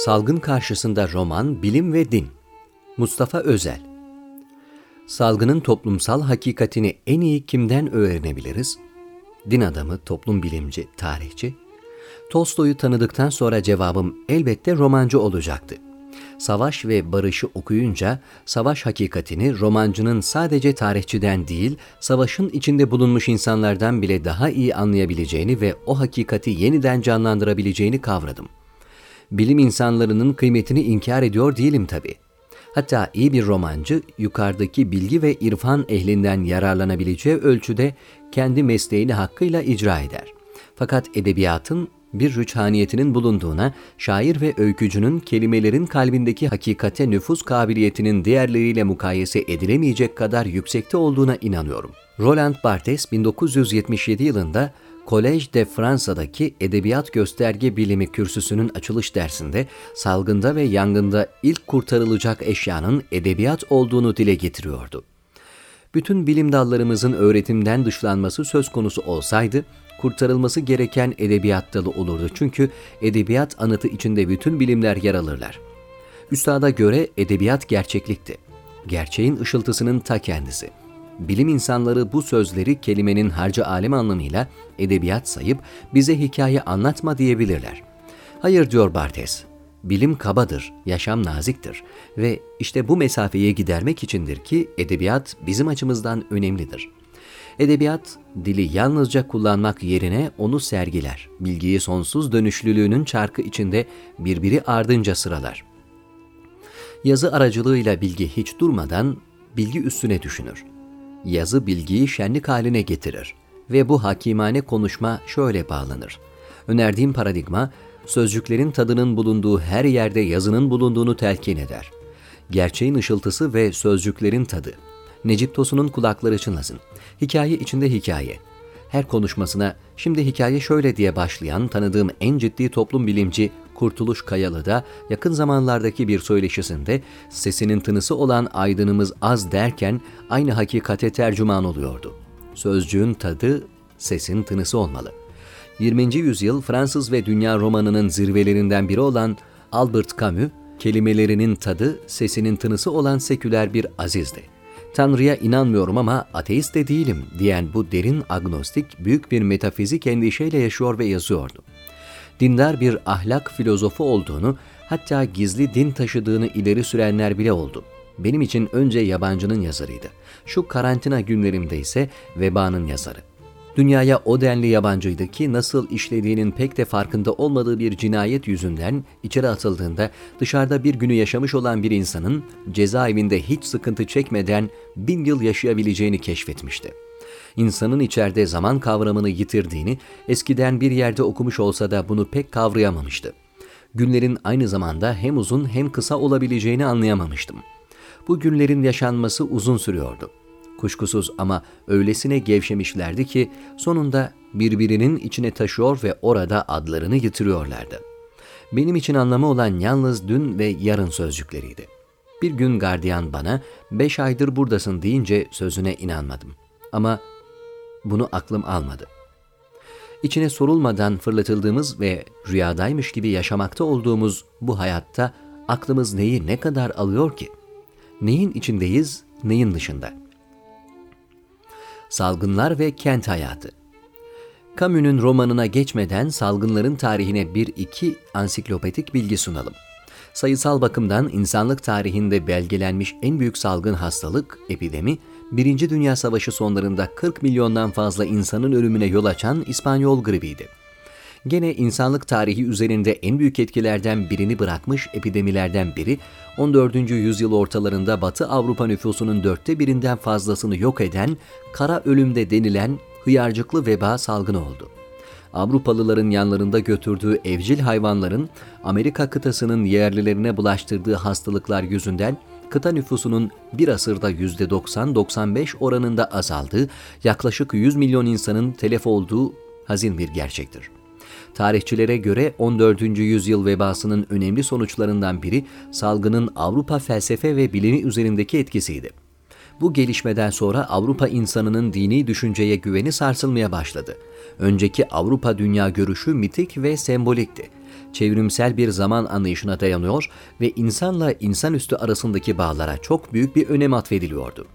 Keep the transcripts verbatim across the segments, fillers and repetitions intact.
Salgın karşısında roman, bilim ve din. Mustafa Özel. Salgının toplumsal hakikatini en iyi kimden öğrenebiliriz? Din adamı, toplum bilimci, tarihçi. Tolstoy'u tanıdıktan sonra cevabım elbette romancı olacaktı. Savaş ve Barış'ı okuyunca savaş hakikatini romancının sadece tarihçiden değil, savaşın içinde bulunmuş insanlardan bile daha iyi anlayabileceğini ve o hakikati yeniden canlandırabileceğini kavradım. Bilim insanlarının kıymetini inkar ediyor değilim tabii. Hatta iyi bir romancı yukarıdaki bilgi ve irfan ehlinden yararlanabileceği ölçüde kendi mesleğini hakkıyla icra eder. Fakat edebiyatın bir rüçhaniyetinin bulunduğuna, şair ve öykücünün kelimelerin kalbindeki hakikate nüfuz kabiliyetinin diğerleriyle mukayese edilemeyecek kadar yüksekte olduğuna inanıyorum. Roland Barthes bin dokuz yüz yetmiş yedi yılında Collège de Fransa'daki Edebiyat Gösterge Bilimi kürsüsünün açılış dersinde salgında ve yangında ilk kurtarılacak eşyanın edebiyat olduğunu dile getiriyordu. Bütün bilim dallarımızın öğretimden dışlanması söz konusu olsaydı, kurtarılması gereken edebiyat dalı olurdu. Çünkü edebiyat anıtı içinde bütün bilimler yer alırlar. Üstada göre edebiyat gerçeklikti. Gerçeğin ışıltısının ta kendisi. Bilim insanları bu sözleri kelimenin harcı alem anlamıyla edebiyat sayıp bize hikaye anlatma diyebilirler. Hayır diyor Barthes, bilim kabadır, yaşam naziktir ve işte bu mesafeyi gidermek içindir ki edebiyat bizim açımızdan önemlidir. Edebiyat, dili yalnızca kullanmak yerine onu sergiler, bilgiyi sonsuz dönüşlülüğünün çarkı içinde birbiri ardınca sıralar. Yazı aracılığıyla bilgi hiç durmadan bilgi üstüne düşünür. Yazı bilgiyi şenlik haline getirir ve bu hakimane konuşma şöyle bağlanır. Önerdiğim paradigma, sözcüklerin tadının bulunduğu her yerde yazının bulunduğunu telkin eder. Gerçeğin ışıltısı ve sözcüklerin tadı. Necip Tosun'un kulakları çınlasın. Hikaye içinde hikaye. Her konuşmasına şimdi hikaye şöyle diye başlayan tanıdığım en ciddi toplum bilimci Kurtuluş Kayalı da yakın zamanlardaki bir söyleşisinde sesinin tınısı olan aydınımız az derken aynı hakikate tercüman oluyordu. Sözcüğün tadı sesin tınısı olmalı. yirminci yüzyıl Fransız ve dünya romanının zirvelerinden biri olan Albert Camus, kelimelerinin tadı sesinin tınısı olan seküler bir azizdi. Tanrı'ya inanmıyorum ama ateist de değilim diyen bu derin agnostik büyük bir metafizik endişeyle yaşıyor ve yazıyordu. Dindar bir ahlak filozofu olduğunu, hatta gizli din taşıdığını ileri sürenler bile oldu. Benim için önce yabancının yazarıydı. Şu karantina günlerimde ise vebanın yazarı. Dünyaya o denli yabancıydı ki nasıl işlediğinin pek de farkında olmadığı bir cinayet yüzünden içeri atıldığında dışarıda bir günü yaşamış olan bir insanın cezaevinde hiç sıkıntı çekmeden bin yıl yaşayabileceğini keşfetmişti. İnsanın içeride zaman kavramını yitirdiğini eskiden bir yerde okumuş olsa da bunu pek kavrayamamıştı. Günlerin aynı zamanda hem uzun hem kısa olabileceğini anlayamamıştım. Bu günlerin yaşanması uzun sürüyordu. Kuşkusuz ama öylesine gevşemişlerdi ki sonunda birbirinin içine taşıyor ve orada adlarını yitiriyorlardı. Benim için anlamı olan yalnız dün ve yarın sözcükleriydi. Bir gün gardiyan bana beş aydır buradasın deyince sözüne inanmadım. Ama bunu aklım almadı. İçine sorulmadan fırlatıldığımız ve rüyadaymış gibi yaşamakta olduğumuz bu hayatta aklımız neyi ne kadar alıyor ki? Neyin içindeyiz, neyin dışında? Salgınlar ve kent hayatı. Camus'un romanına geçmeden salgınların tarihine bir iki ansiklopedik bilgi sunalım. Sayısal bakımdan insanlık tarihinde belgelenmiş en büyük salgın hastalık, epidemi, Birinci Dünya Savaşı sonlarında kırk milyondan fazla insanın ölümüne yol açan İspanyol gribiydi. Gene insanlık tarihi üzerinde en büyük etkilerden birini bırakmış epidemilerden biri, on dördüncü yüzyıl ortalarında Batı Avrupa nüfusunun dörtte birinden fazlasını yok eden kara ölümde denilen hıyarcıklı veba salgını oldu. Avrupalıların yanlarında götürdüğü evcil hayvanların Amerika kıtasının yerlilerine bulaştırdığı hastalıklar yüzünden kıta nüfusunun bir asırda yüzde doksan doksan beş oranında azaldığı, yaklaşık yüz milyon insanın telef olduğu hazin bir gerçektir. Tarihçilere göre on dördüncü yüzyıl vebasının önemli sonuçlarından biri salgının Avrupa felsefe ve bilimi üzerindeki etkisiydi. Bu gelişmeden sonra Avrupa insanının dini düşünceye güveni sarsılmaya başladı. Önceki Avrupa dünya görüşü mitik ve sembolikti. Çevrimsel bir zaman anlayışına dayanıyor ve insanla insanüstü arasındaki bağlara çok büyük bir önem atfediliyordu.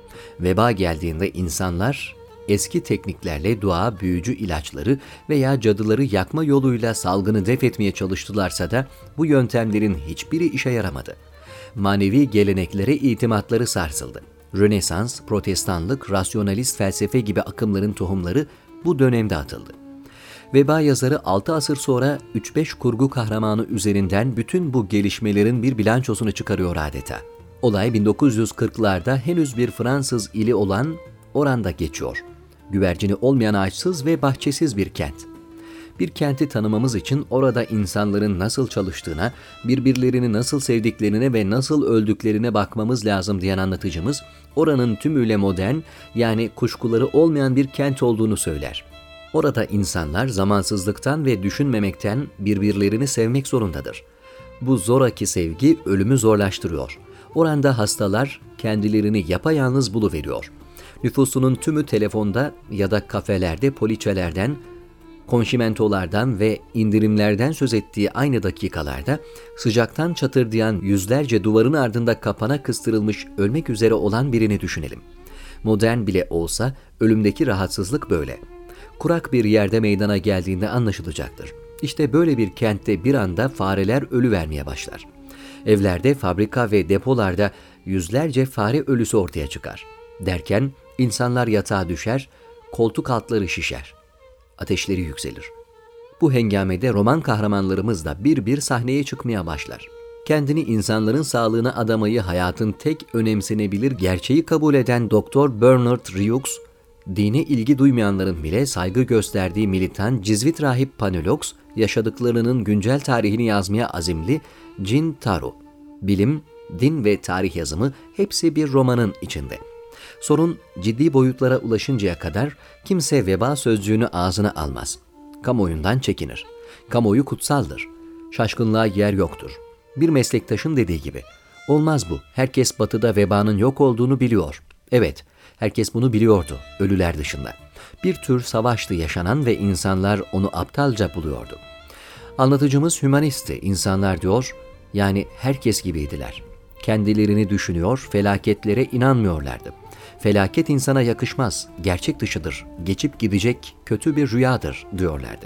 Veba geldiğinde insanlar eski tekniklerle dua, büyücü ilaçları veya cadıları yakma yoluyla salgını def etmeye çalıştılarsa da bu yöntemlerin hiçbiri işe yaramadı. Manevi geleneklere itimatları sarsıldı. Rönesans, Protestanlık, rasyonalist felsefe gibi akımların tohumları bu dönemde atıldı. Veba yazarı altı asır sonra üç beş kurgu kahramanı üzerinden bütün bu gelişmelerin bir bilançosunu çıkarıyor adeta. Olay bin dokuz yüz kırklarda henüz bir Fransız ili olan Oran'da geçiyor. Güvercini olmayan ağaçsız ve bahçesiz bir kent. Bir kenti tanımamız için orada insanların nasıl çalıştığına, birbirlerini nasıl sevdiklerine ve nasıl öldüklerine bakmamız lazım diyen anlatıcımız, oranın tümüyle modern, yani kuşkuları olmayan bir kent olduğunu söyler. Orada insanlar zamansızlıktan ve düşünmemekten birbirlerini sevmek zorundadır. Bu zoraki sevgi ölümü zorlaştırıyor. Oranda hastalar kendilerini yapayalnız buluveriyor. Nüfusunun tümü telefonda ya da kafelerde poliçelerden, konşimentolardan ve indirimlerden söz ettiği aynı dakikalarda sıcaktan çatırdayan yüzlerce duvarın ardında kapana kıstırılmış ölmek üzere olan birini düşünelim. Modern bile olsa ölümdeki rahatsızlık böyle. Kurak bir yerde meydana geldiğinde anlaşılacaktır. İşte böyle bir kentte bir anda fareler ölü vermeye başlar. Evlerde, fabrika ve depolarda yüzlerce fare ölüsü ortaya çıkar. Derken insanlar yatağa düşer, koltuk altları şişer. Ateşleri yükselir. Bu hengamede roman kahramanlarımız da bir bir sahneye çıkmaya başlar. Kendini insanların sağlığına adamayı hayatın tek önemsenebilir gerçeği kabul eden Doktor Bernard Rieux, dine ilgi duymayanların bile saygı gösterdiği militan Cizvit rahip Panolox, yaşadıklarının güncel tarihini yazmaya azimli Jean Tarot. Bilim, din ve tarih yazımı hepsi bir romanın içinde. Sorun ciddi boyutlara ulaşıncaya kadar kimse veba sözcüğünü ağzına almaz. Kamuoyundan çekinir. Kamuoyu kutsaldır. Şaşkınlığa yer yoktur. Bir meslektaşın dediği gibi, olmaz bu, herkes batıda vebanın yok olduğunu biliyor. Evet, herkes bunu biliyordu, ölüler dışında. Bir tür savaştı yaşanan ve insanlar onu aptalca buluyordu. Anlatıcımız hümanisti, insanlar diyor, yani herkes gibiydiler. Kendilerini düşünüyor, felaketlere inanmıyorlardı. Felaket insana yakışmaz, gerçek dışıdır, geçip gidecek kötü bir rüyadır diyorlardı.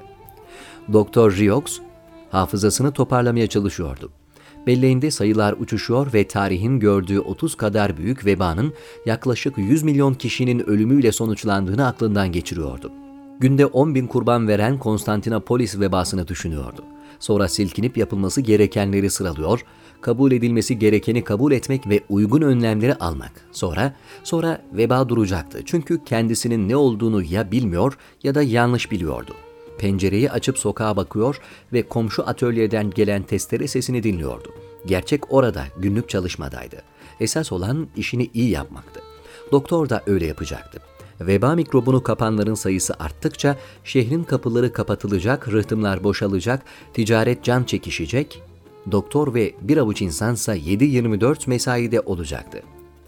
Doktor Rieux hafızasını toparlamaya çalışıyordu. Belleğinde sayılar uçuşuyor ve tarihin gördüğü otuz kadar büyük vebanın yaklaşık yüz milyon kişinin ölümüyle sonuçlandığını aklından geçiriyordu. Günde on bin kurban veren Konstantinopolis vebasını düşünüyordu. Sonra silkinip yapılması gerekenleri sıralıyor, kabul edilmesi gerekeni kabul etmek ve uygun önlemleri almak. Sonra, sonra veba duracaktı. Çünkü kendisinin ne olduğunu ya bilmiyor ya da yanlış biliyordu. Pencereyi açıp sokağa bakıyor ve komşu atölyeden gelen testere sesini dinliyordu. Gerçek orada, günlük çalışmadaydı. Esas olan işini iyi yapmaktı. Doktor da öyle yapacaktı. Veba mikrobunu kapanların sayısı arttıkça şehrin kapıları kapatılacak, rıhtımlar boşalacak, ticaret can çekişecek, doktor ve bir avuç insansa yedi yirmi dört mesaide olacaktı.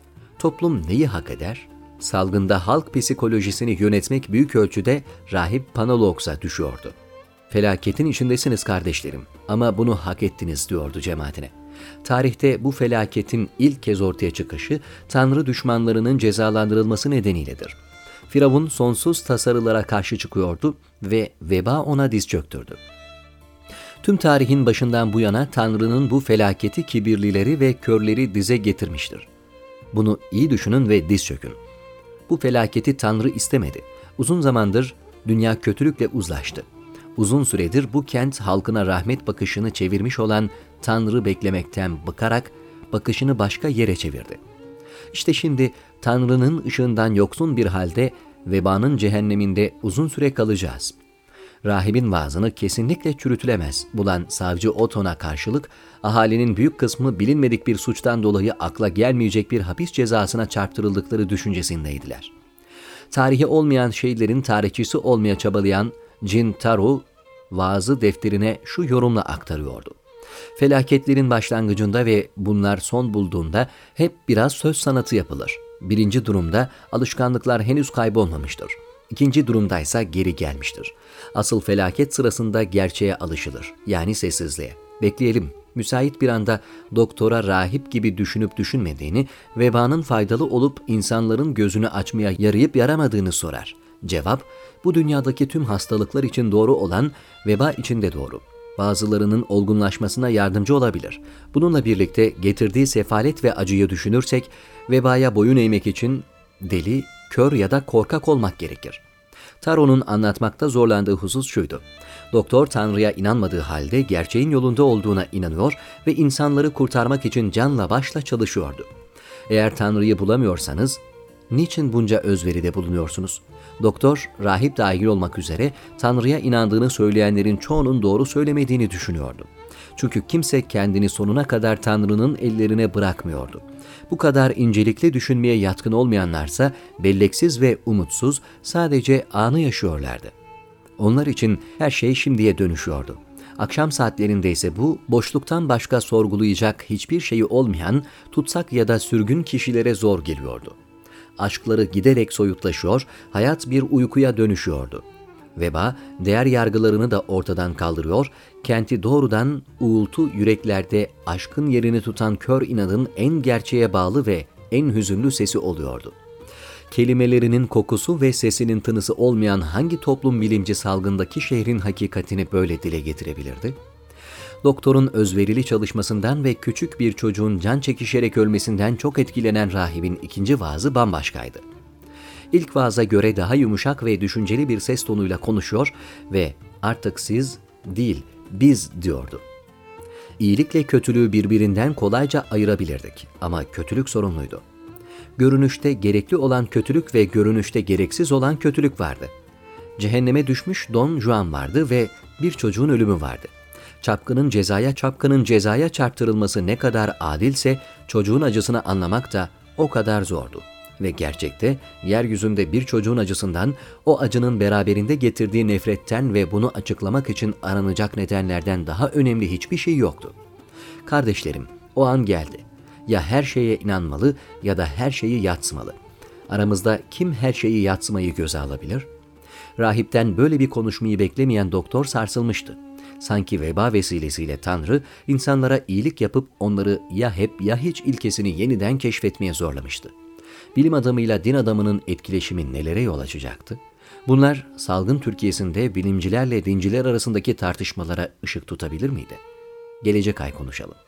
Toplum neyi hak eder? Salgında halk psikolojisini yönetmek büyük ölçüde rahip Panolox'a düşüyordu. Felaketin içindesiniz kardeşlerim ama bunu hak ettiniz diyordu cemaatine. Tarihte bu felaketin ilk kez ortaya çıkışı Tanrı düşmanlarının cezalandırılması nedeniyledir. Firavun sonsuz tasarılara karşı çıkıyordu ve veba ona diz çöktürdü. Tüm tarihin başından bu yana Tanrı'nın bu felaketi kibirlileri ve körleri dize getirmiştir. Bunu iyi düşünün ve diz çökün. Bu felaketi Tanrı istemedi. Uzun zamandır dünya kötülükle uzlaştı. Uzun süredir bu kent halkına rahmet bakışını çevirmiş olan Tanrı beklemekten bıkarak bakışını başka yere çevirdi. İşte şimdi Tanrı'nın ışığından yoksun bir halde vebanın cehenneminde uzun süre kalacağız. Rahibin vaazını kesinlikle çürütülemez bulan savcı Oton'a karşılık ahalinin büyük kısmı bilinmedik bir suçtan dolayı akla gelmeyecek bir hapis cezasına çarptırıldıkları düşüncesindeydiler. Tarihi olmayan şeylerin tarihçisi olmaya çabalayan Jean Tarot vaazı defterine şu yorumla aktarıyordu. Felaketlerin başlangıcında ve bunlar son bulduğunda hep biraz söz sanatı yapılır. Birinci durumda alışkanlıklar henüz kaybolmamıştır. İkinci durumdaysa geri gelmiştir. Asıl felaket sırasında gerçeğe alışılır, yani sessizliğe. Bekleyelim, müsait bir anda doktora rahip gibi düşünüp düşünmediğini, vebanın faydalı olup insanların gözünü açmaya yarayıp yaramadığını sorar. Cevap, bu dünyadaki tüm hastalıklar için doğru olan veba için de doğru. Bazılarının olgunlaşmasına yardımcı olabilir. Bununla birlikte getirdiği sefalet ve acıyı düşünürsek, vebaya boyun eğmek için deli, kör ya da korkak olmak gerekir. Taro'nun anlatmakta zorlandığı husus şuydu. Doktor Tanrı'ya inanmadığı halde gerçeğin yolunda olduğuna inanıyor ve insanları kurtarmak için canla başla çalışıyordu. Eğer Tanrı'yı bulamıyorsanız, niçin bunca özveride bulunuyorsunuz? Doktor, rahip dahil olmak üzere Tanrı'ya inandığını söyleyenlerin çoğunun doğru söylemediğini düşünüyordu. Çünkü kimse kendini sonuna kadar Tanrı'nın ellerine bırakmıyordu. Bu kadar incelikli düşünmeye yatkın olmayanlarsa belleksiz ve umutsuz, sadece anı yaşıyorlardı. Onlar için her şey şimdiye dönüşüyordu. Akşam saatlerinde ise bu, boşluktan başka sorgulayacak hiçbir şeyi olmayan tutsak ya da sürgün kişilere zor geliyordu. Aşkları giderek soyutlaşıyor, hayat bir uykuya dönüşüyordu. Veba, değer yargılarını da ortadan kaldırıyor, kenti doğrudan uğultu yüreklerde aşkın yerini tutan kör inadın en gerçeğe bağlı ve en hüzünlü sesi oluyordu. Kelimelerinin kokusu ve sesinin tınısı olmayan hangi toplum bilimci salgındaki şehrin hakikatini böyle dile getirebilirdi? Doktorun özverili çalışmasından ve küçük bir çocuğun can çekişerek ölmesinden çok etkilenen rahibin ikinci vaazı bambaşkaydı. İlk vaaza göre daha yumuşak ve düşünceli bir ses tonuyla konuşuyor ve artık siz değil, biz diyordu. İyilikle kötülüğü birbirinden kolayca ayırabilirdik ama kötülük sorunluydu. Görünüşte gerekli olan kötülük ve görünüşte gereksiz olan kötülük vardı. Cehenneme düşmüş Don Juan vardı ve bir çocuğun ölümü vardı. Çapkının cezaya çapkının cezaya çarptırılması ne kadar adilse çocuğun acısını anlamak da o kadar zordu. Ve gerçekte yeryüzünde bir çocuğun acısından, o acının beraberinde getirdiği nefretten ve bunu açıklamak için aranacak nedenlerden daha önemli hiçbir şey yoktu. Kardeşlerim, o an geldi. Ya her şeye inanmalı ya da her şeyi yatsımalı. Aramızda kim her şeyi yatsımayı göze alabilir? Rahipten böyle bir konuşmayı beklemeyen doktor sarsılmıştı. Sanki veba vesilesiyle Tanrı, insanlara iyilik yapıp onları ya hep ya hiç ilkesini yeniden keşfetmeye zorlamıştı. Bilim adamıyla din adamının etkileşimi nelere yol açacaktı? Bunlar salgın Türkiye'sinde bilimcilerle dinciler arasındaki tartışmalara ışık tutabilir miydi? Gelecek ay konuşalım.